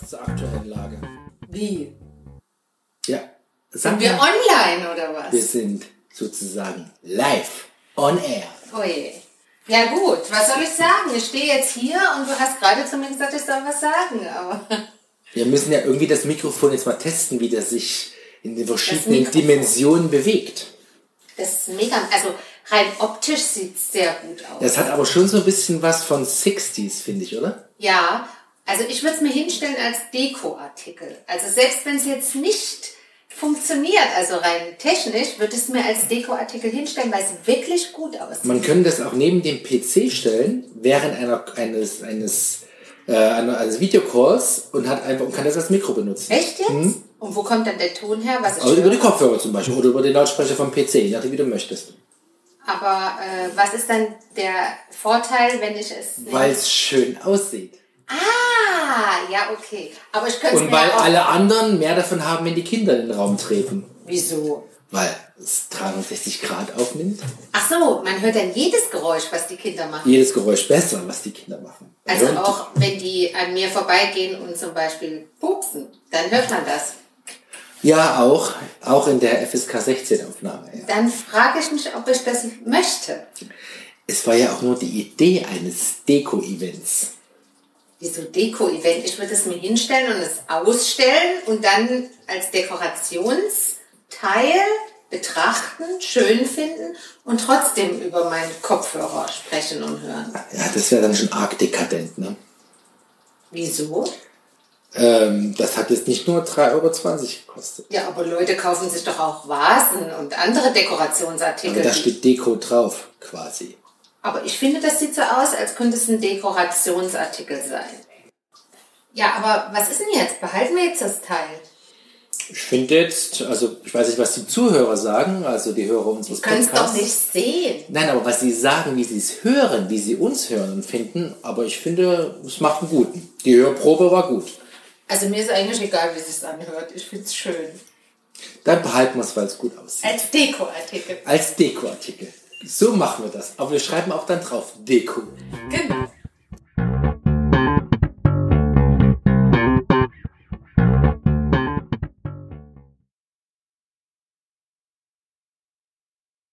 zur aktuellen Lage? Wie? Ja. Sind wir online oder was? Wir sind sozusagen live on air. Oh je. Ja gut, was soll ich sagen? Ich stehe jetzt hier und du hast gerade zu mir gesagt, ich soll was sagen. Aber Wir müssen ja irgendwie das Mikrofon jetzt mal testen, wie das sich in den verschiedenen Dimensionen bewegt. Das ist mega, also rein optisch sieht es sehr gut aus. Das hat aber schon so ein bisschen was von 60s, finde ich, oder? Ja, also ich würde es mir hinstellen als Dekoartikel. Also selbst wenn es jetzt nicht funktioniert, also rein technisch, würde es mir als Dekoartikel hinstellen, weil es wirklich gut aussieht. Man könnte das auch neben dem PC stellen, während eines Videocalls und kann das als Mikro benutzen. Echt jetzt? Und wo kommt dann der Ton her? Was Also über die Kopfhörer zum Beispiel oder über den Lautsprecher vom PC, je nachdem wie du möchtest. Aber was ist dann der Vorteil, wenn ich es nehme? Weil es schön aussieht. Ah, ja, okay. Aber ich könnte es Und mir weil auch... alle anderen mehr davon haben, wenn die Kinder in den Raum treten. Wieso? Weil es 360 Grad aufnimmt. Ach so, man hört dann jedes Geräusch, was die Kinder machen. Jedes Geräusch besser, was die Kinder machen. Also auch wenn die an mir vorbeigehen und zum Beispiel pupsen, dann hört man das. Ja, auch in der FSK 16 Aufnahme. Ja. Dann frage ich mich, ob ich das möchte. Es war ja auch nur die Idee eines Deko-Events. Wieso Deko-Event? Ich würde es mir hinstellen und es ausstellen und dann als Dekorationsteil betrachten, schön finden und trotzdem über meinen Kopfhörer sprechen und hören. Ja, das wäre dann schon arg dekadent, ne? Wieso? Das hat jetzt nicht nur 3,20 Euro gekostet. Ja, aber Leute kaufen sich doch auch Vasen und andere Dekorationsartikel. Aber da steht Deko drauf, quasi. Aber ich finde, das sieht so aus, als könnte es ein Dekorationsartikel sein. Ja, aber was ist denn jetzt? Behalten wir jetzt das Teil? Ich finde jetzt, also ich weiß nicht, was die Zuhörer sagen, also die Hörer unseres Podcasts. Die können es doch nicht sehen. Nein, aber was sie sagen, wie sie es hören, wie sie uns hören und finden, aber ich finde, es macht einen guten. Die Hörprobe war gut. Also mir ist eigentlich egal, wie es sich anhört. Ich finde es schön. Dann behalten wir es, weil es gut aussieht. Als Dekoartikel. Als Dekoartikel. So machen wir das. Aber wir schreiben auch dann drauf Deko. Genau.